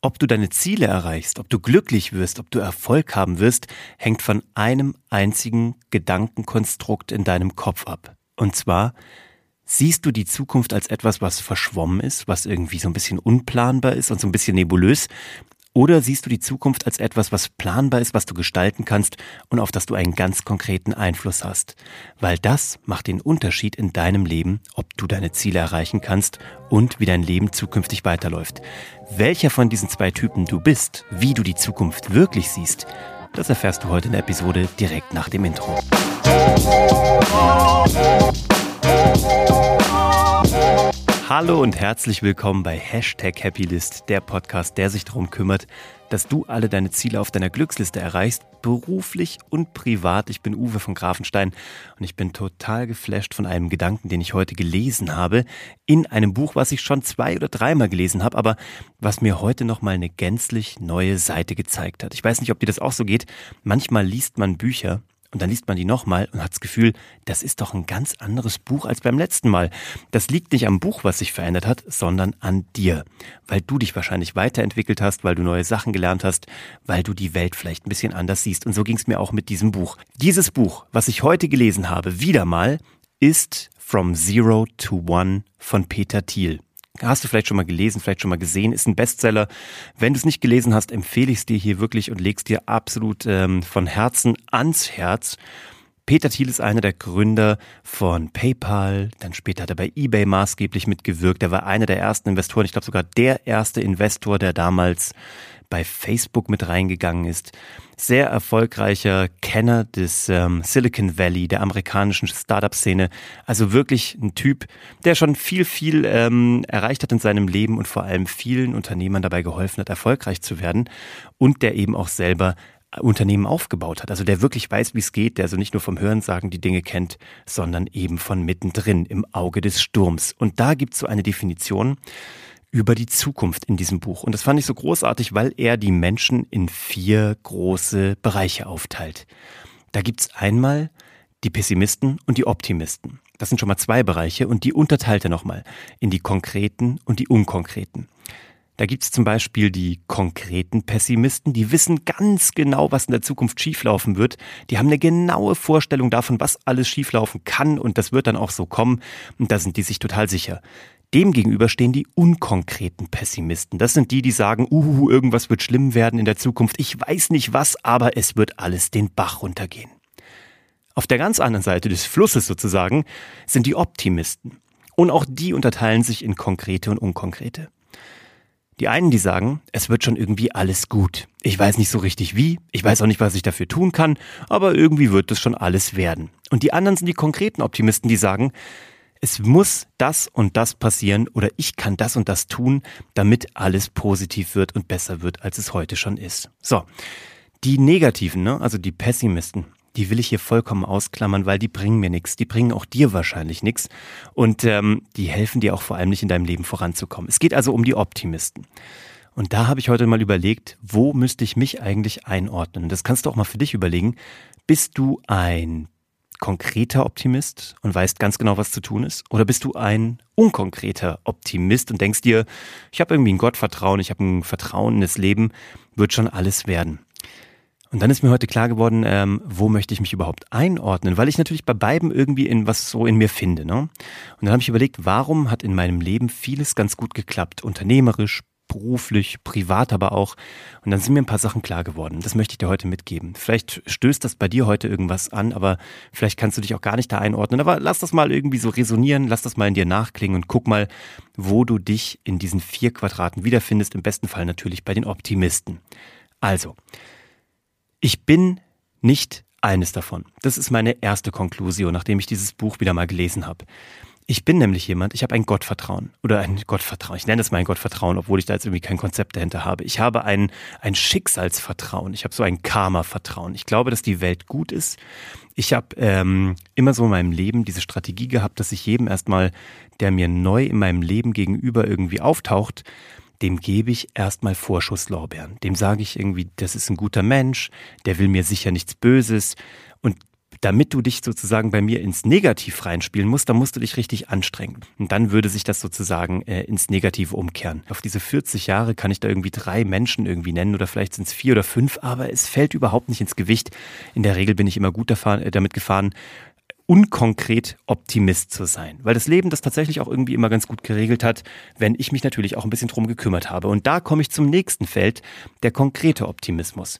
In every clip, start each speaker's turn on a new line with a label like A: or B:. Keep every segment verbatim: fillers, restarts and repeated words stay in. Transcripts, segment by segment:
A: Ob du deine Ziele erreichst, ob du glücklich wirst, ob du Erfolg haben wirst, hängt von einem einzigen Gedankenkonstrukt in deinem Kopf ab. Und zwar, siehst du die Zukunft als etwas, was verschwommen ist, was irgendwie so ein bisschen unplanbar ist und so ein bisschen nebulös? Oder siehst du die Zukunft als etwas, was planbar ist, was du gestalten kannst und auf das du einen ganz konkreten Einfluss hast? Weil das macht den Unterschied in deinem Leben, ob du deine Ziele erreichen kannst und wie dein Leben zukünftig weiterläuft. Welcher von diesen zwei Typen du bist, wie du die Zukunft wirklich siehst, das erfährst du heute in der Episode direkt nach dem Intro. Hallo und herzlich willkommen bei Hashtag Happylist, der Podcast, der sich darum kümmert, dass du alle deine Ziele auf deiner Glücksliste erreichst, beruflich und privat. Ich bin Uwe von Grafenstein und ich bin total geflasht von einem Gedanken, den ich heute gelesen habe, in einem Buch, was ich schon zwei oder dreimal gelesen habe, aber was mir heute nochmal eine gänzlich neue Seite gezeigt hat. Ich weiß nicht, ob dir das auch so geht. Manchmal liest man Bücher und dann liest man die nochmal und hat das Gefühl, das ist doch ein ganz anderes Buch als beim letzten Mal. Das liegt nicht am Buch, was sich verändert hat, sondern an dir. Weil du dich wahrscheinlich weiterentwickelt hast, weil du neue Sachen gelernt hast, weil du die Welt vielleicht ein bisschen anders siehst. Und so ging es mir auch mit diesem Buch. Dieses Buch, was ich heute gelesen habe, wieder mal, ist From Zero to One von Peter Thiel. Hast du vielleicht schon mal gelesen, vielleicht schon mal gesehen, ist ein Bestseller. Wenn du es nicht gelesen hast, empfehle ich es dir hier wirklich und leg's dir absolut ähm, von Herzen ans Herz. Peter Thiel ist einer der Gründer von PayPal, dann später hat er bei eBay maßgeblich mitgewirkt. Er war einer der ersten Investoren, ich glaube sogar der erste Investor, der damals bei Facebook mit reingegangen ist. Sehr erfolgreicher Kenner des ähm, Silicon Valley, der amerikanischen Startup-Szene. Also wirklich ein Typ, der schon viel, viel ähm, erreicht hat in seinem Leben und vor allem vielen Unternehmern dabei geholfen hat, erfolgreich zu werden und der eben auch selber Unternehmen aufgebaut hat. Also der wirklich weiß, wie es geht, der also nicht nur vom Hörensagen die Dinge kennt, sondern eben von mittendrin im Auge des Sturms. Und da gibt es so eine Definition über die Zukunft in diesem Buch. Und das fand ich so großartig, weil er die Menschen in vier große Bereiche aufteilt. Da gibt's einmal die Pessimisten und die Optimisten. Das sind schon mal zwei Bereiche und die unterteilt er nochmal in die konkreten und die unkonkreten. Da gibt's zum Beispiel die konkreten Pessimisten, die wissen ganz genau, was in der Zukunft schieflaufen wird. Die haben eine genaue Vorstellung davon, was alles schieflaufen kann und das wird dann auch so kommen. Und da sind die sich total sicher. Demgegenüber stehen die unkonkreten Pessimisten. Das sind die, die sagen, uhu, irgendwas wird schlimm werden in der Zukunft. Ich weiß nicht was, aber es wird alles den Bach runtergehen. Auf der ganz anderen Seite des Flusses sozusagen sind die Optimisten. Und auch die unterteilen sich in konkrete und unkonkrete. Die einen, die sagen, es wird schon irgendwie alles gut. Ich weiß nicht so richtig wie, ich weiß auch nicht, was ich dafür tun kann, aber irgendwie wird es schon alles werden. Und die anderen sind die konkreten Optimisten, die sagen, es muss das und das passieren oder ich kann das und das tun, damit alles positiv wird und besser wird, als es heute schon ist. So, die Negativen, ne, also die Pessimisten, die will ich hier vollkommen ausklammern, weil die bringen mir nichts. Die bringen auch dir wahrscheinlich nichts und ähm, die helfen dir auch vor allem nicht in deinem Leben voranzukommen. Es geht also um die Optimisten. Und da habe ich heute mal überlegt, wo müsste ich mich eigentlich einordnen? Und das kannst du auch mal für dich überlegen. Bist du ein konkreter Optimist und weißt ganz genau, was zu tun ist? Oder bist du ein unkonkreter Optimist und denkst dir, ich habe irgendwie ein Gottvertrauen, ich habe ein Vertrauen in das Leben, wird schon alles werden? Und dann ist mir heute klar geworden, ähm, wo möchte ich mich überhaupt einordnen? Weil ich natürlich bei beiden irgendwie in was so in mir finde, ne? Und dann habe ich überlegt, warum hat in meinem Leben vieles ganz gut geklappt? Unternehmerisch, beruflich, privat aber auch. Und dann sind mir ein paar Sachen klar geworden. Das möchte ich dir heute mitgeben. Vielleicht stößt das bei dir heute irgendwas an, aber vielleicht kannst du dich auch gar nicht da einordnen. Aber lass das mal irgendwie so resonieren, lass das mal in dir nachklingen und guck mal, wo du dich in diesen vier Quadraten wiederfindest. Im besten Fall natürlich bei den Optimisten. Also, ich bin nicht eines davon. Das ist meine erste Konklusion, nachdem ich dieses Buch wieder mal gelesen habe. Ich bin nämlich jemand, ich habe ein Gottvertrauen oder ein Gottvertrauen, ich nenne es mein Gottvertrauen, obwohl ich da jetzt irgendwie kein Konzept dahinter habe. Ich habe ein, ein Schicksalsvertrauen, ich habe so ein Karma-Vertrauen. Ich glaube, dass die Welt gut ist. Ich habe ähm, immer so in meinem Leben diese Strategie gehabt, dass ich jedem erstmal, der mir neu in meinem Leben gegenüber irgendwie auftaucht, dem gebe ich erstmal Vorschusslorbeeren. Dem sage ich irgendwie, das ist ein guter Mensch, der will mir sicher nichts Böses und damit du dich sozusagen bei mir ins Negativ reinspielen musst, dann musst du dich richtig anstrengen. Und dann würde sich das sozusagen äh, ins Negative umkehren. Auf diese vierzig Jahre kann ich da irgendwie drei Menschen irgendwie nennen oder vielleicht sind es vier oder fünf, aber es fällt überhaupt nicht ins Gewicht. In der Regel bin ich immer gut davon, äh, damit gefahren, unkonkret Optimist zu sein. Weil das Leben das tatsächlich auch irgendwie immer ganz gut geregelt hat, wenn ich mich natürlich auch ein bisschen drum gekümmert habe. Und da komme ich zum nächsten Feld, der konkrete Optimismus.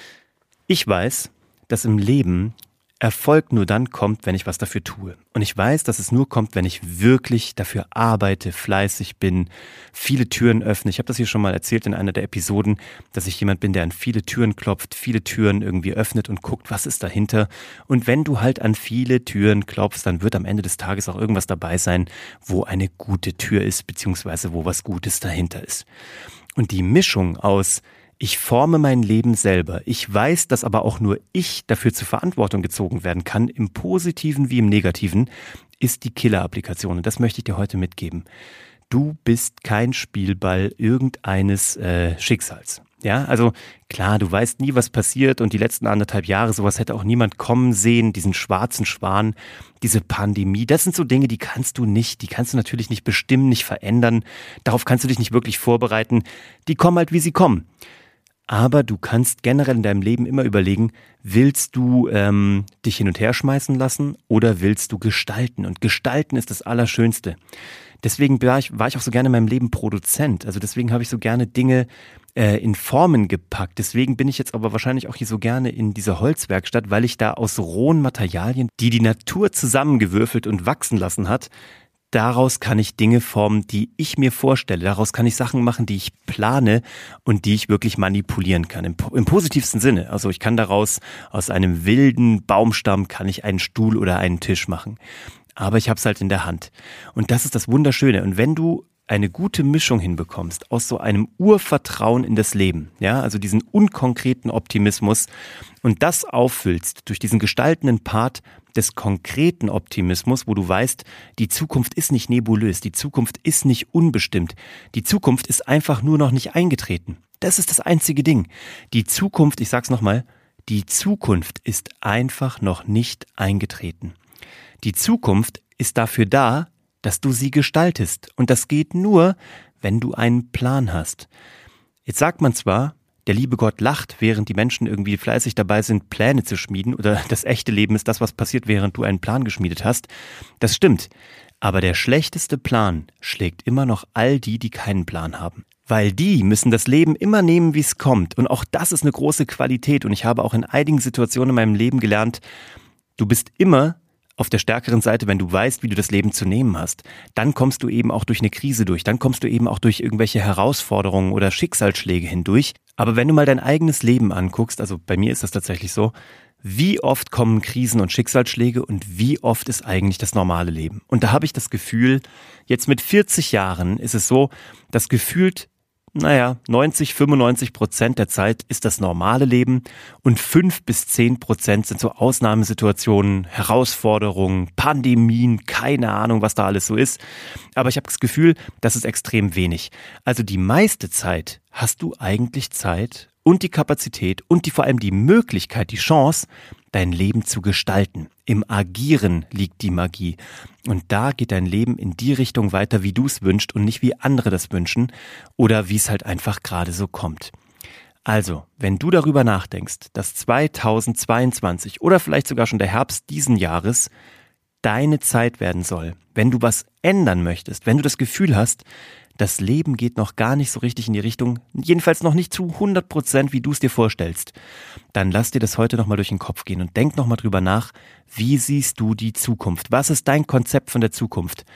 A: Ich weiß, dass im Leben Erfolg nur dann kommt, wenn ich was dafür tue. Und ich weiß, dass es nur kommt, wenn ich wirklich dafür arbeite, fleißig bin, viele Türen öffne. Ich habe das hier schon mal erzählt in einer der Episoden, dass ich jemand bin, der an viele Türen klopft, viele Türen irgendwie öffnet und guckt, was ist dahinter. Und wenn du halt an viele Türen klopfst, dann wird am Ende des Tages auch irgendwas dabei sein, wo eine gute Tür ist, beziehungsweise wo was Gutes dahinter ist. Und die Mischung aus ich forme mein Leben selber. Ich weiß, dass aber auch nur ich dafür zur Verantwortung gezogen werden kann, im Positiven wie im Negativen, ist die Killer-Applikation. Und das möchte ich dir heute mitgeben. Du bist kein Spielball irgendeines äh, Schicksals. Ja, also klar, du weißt nie, was passiert und die letzten anderthalb Jahre, sowas hätte auch niemand kommen sehen, diesen schwarzen Schwan, diese Pandemie, das sind so Dinge, die kannst du nicht, die kannst du natürlich nicht bestimmen, nicht verändern, darauf kannst du dich nicht wirklich vorbereiten, die kommen halt, wie sie kommen. Aber du kannst generell in deinem Leben immer überlegen, willst du ähm, dich hin und her schmeißen lassen oder willst du gestalten? Und gestalten ist das Allerschönste. Deswegen war ich, war ich auch so gerne in meinem Leben Produzent. Also deswegen habe ich so gerne Dinge äh, in Formen gepackt. Deswegen bin ich jetzt aber wahrscheinlich auch hier so gerne in dieser Holzwerkstatt, weil ich da aus rohen Materialien, die die Natur zusammengewürfelt und wachsen lassen hat, daraus kann ich Dinge formen, die ich mir vorstelle. Daraus kann ich Sachen machen, die ich plane und die ich wirklich manipulieren kann. Im, im positivsten Sinne. Also ich kann daraus, aus einem wilden Baumstamm, kann ich einen Stuhl oder einen Tisch machen. Aber ich habe es halt in der Hand. Und das ist das Wunderschöne. Und wenn du eine gute Mischung hinbekommst aus so einem Urvertrauen in das Leben, ja, also diesen unkonkreten Optimismus und das auffüllst durch diesen gestaltenden Part des konkreten Optimismus, wo du weißt, die Zukunft ist nicht nebulös, die Zukunft ist nicht unbestimmt, die Zukunft ist einfach nur noch nicht eingetreten. Das ist das einzige Ding. Die Zukunft, ich sag's nochmal, die Zukunft ist einfach noch nicht eingetreten. Die Zukunft ist dafür da, dass du sie gestaltest. Und das geht nur, wenn du einen Plan hast. Jetzt sagt man zwar, der liebe Gott lacht, während die Menschen irgendwie fleißig dabei sind, Pläne zu schmieden, oder das echte Leben ist das, was passiert, während du einen Plan geschmiedet hast. Das stimmt. Aber der schlechteste Plan schlägt immer noch all die, die keinen Plan haben. Weil die müssen das Leben immer nehmen, wie es kommt. Und auch das ist eine große Qualität. Und ich habe auch in einigen Situationen in meinem Leben gelernt, du bist immer auf der stärkeren Seite, wenn du weißt, wie du das Leben zu nehmen hast. Dann kommst du eben auch durch eine Krise durch. Dann kommst du eben auch durch irgendwelche Herausforderungen oder Schicksalsschläge hindurch. Aber wenn du mal dein eigenes Leben anguckst, also bei mir ist das tatsächlich so, wie oft kommen Krisen und Schicksalsschläge und wie oft ist eigentlich das normale Leben? Und da habe ich das Gefühl, jetzt mit vierzig Jahren ist es so, dass gefühlt Naja, neunzig, fünfundneunzig Prozent der Zeit ist das normale Leben und fünf bis zehn Prozent sind so Ausnahmesituationen, Herausforderungen, Pandemien, keine Ahnung, was da alles so ist. Aber ich habe das Gefühl, das ist extrem wenig. Also die meiste Zeit hast du eigentlich Zeit und die Kapazität und die vor allem die Möglichkeit, die Chance, dein Leben zu gestalten. Im Agieren liegt die Magie. Und da geht dein Leben in die Richtung weiter, wie du es wünschst und nicht wie andere das wünschen oder wie es halt einfach gerade so kommt. Also, wenn du darüber nachdenkst, dass zweitausendzweiundzwanzig oder vielleicht sogar schon der Herbst diesen Jahres deine Zeit werden soll, wenn du was ändern möchtest, wenn du das Gefühl hast, das Leben geht noch gar nicht so richtig in die Richtung, jedenfalls noch nicht zu hundert Prozent, wie du es dir vorstellst, dann lass dir das heute nochmal durch den Kopf gehen und denk nochmal drüber nach, wie siehst du die Zukunft? Was ist dein Konzept von der Zukunft?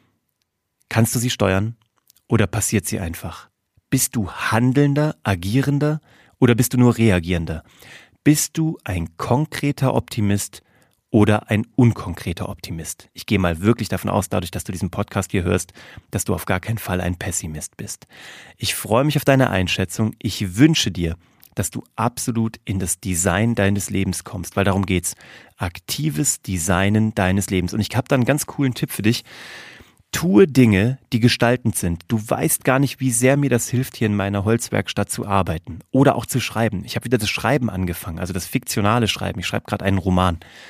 A: Kannst du sie steuern oder passiert sie einfach? Bist du handelnder, agierender oder bist du nur reagierender? Bist du ein konkreter Optimist oder ein unkonkreter Optimist? Ich gehe mal wirklich davon aus, dadurch, dass du diesen Podcast hier hörst, dass du auf gar keinen Fall ein Pessimist bist. Ich freue mich auf deine Einschätzung. Ich wünsche dir, dass du absolut in das Design deines Lebens kommst, weil darum geht's. Aktives Designen deines Lebens. Und ich habe da einen ganz coolen Tipp für dich. Tue Dinge, die gestaltend sind. Du weißt gar nicht, wie sehr mir das hilft, hier in meiner Holzwerkstatt zu arbeiten oder auch zu schreiben. Ich habe wieder das Schreiben angefangen, also das fiktionale Schreiben. Ich schreibe gerade einen Roman.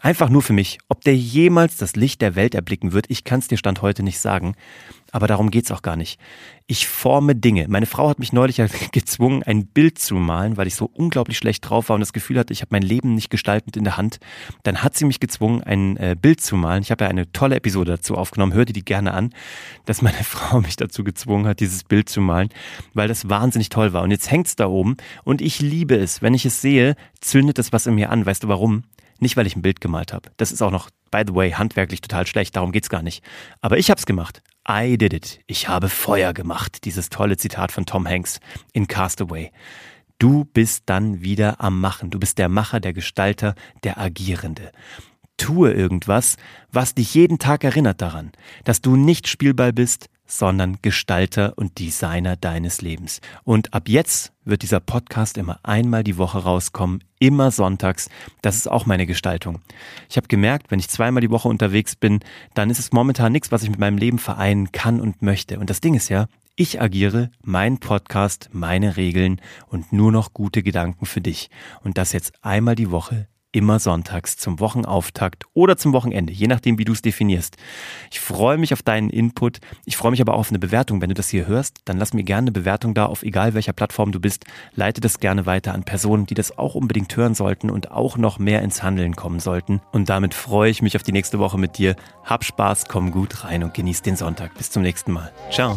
A: Einfach nur für mich. Ob der jemals das Licht der Welt erblicken wird, ich kann es dir Stand heute nicht sagen. Aber darum geht's auch gar nicht. Ich forme Dinge. Meine Frau hat mich neulich gezwungen, ein Bild zu malen, weil ich so unglaublich schlecht drauf war und das Gefühl hatte, ich habe mein Leben nicht gestaltend in der Hand. Dann hat sie mich gezwungen, ein äh, Bild zu malen. Ich habe ja eine tolle Episode dazu aufgenommen. Hör dir die gerne an, dass meine Frau mich dazu gezwungen hat, dieses Bild zu malen, weil das wahnsinnig toll war. Und jetzt hängt's da oben und ich liebe es. Wenn ich es sehe, zündet es was in mir an. Weißt du warum? Nicht, weil ich ein Bild gemalt habe. Das ist auch noch, by the way, handwerklich total schlecht. Darum geht's gar nicht. Aber ich hab's gemacht. I did it. Ich habe Feuer gemacht. Dieses tolle Zitat von Tom Hanks in Castaway. Du bist dann wieder am Machen. Du bist der Macher, der Gestalter, der Agierende. Tue irgendwas, was dich jeden Tag erinnert daran, dass du nicht Spielball bist, sondern Gestalter und Designer deines Lebens. Und ab jetzt wird dieser Podcast immer einmal die Woche rauskommen, immer sonntags. Das ist auch meine Gestaltung. Ich habe gemerkt, wenn ich zweimal die Woche unterwegs bin, dann ist es momentan nichts, was ich mit meinem Leben vereinen kann und möchte. Und das Ding ist ja, ich agiere, mein Podcast, meine Regeln und nur noch gute Gedanken für dich. Und das jetzt einmal die Woche, immer sonntags zum Wochenauftakt oder zum Wochenende, je nachdem, wie du es definierst. Ich freue mich auf deinen Input. Ich freue mich aber auch auf eine Bewertung. Wenn du das hier hörst, dann lass mir gerne eine Bewertung da, auf egal welcher Plattform du bist. Leite das gerne weiter an Personen, die das auch unbedingt hören sollten und auch noch mehr ins Handeln kommen sollten. Und damit freue ich mich auf die nächste Woche mit dir. Hab Spaß, komm gut rein und genieß den Sonntag. Bis zum nächsten Mal. Ciao.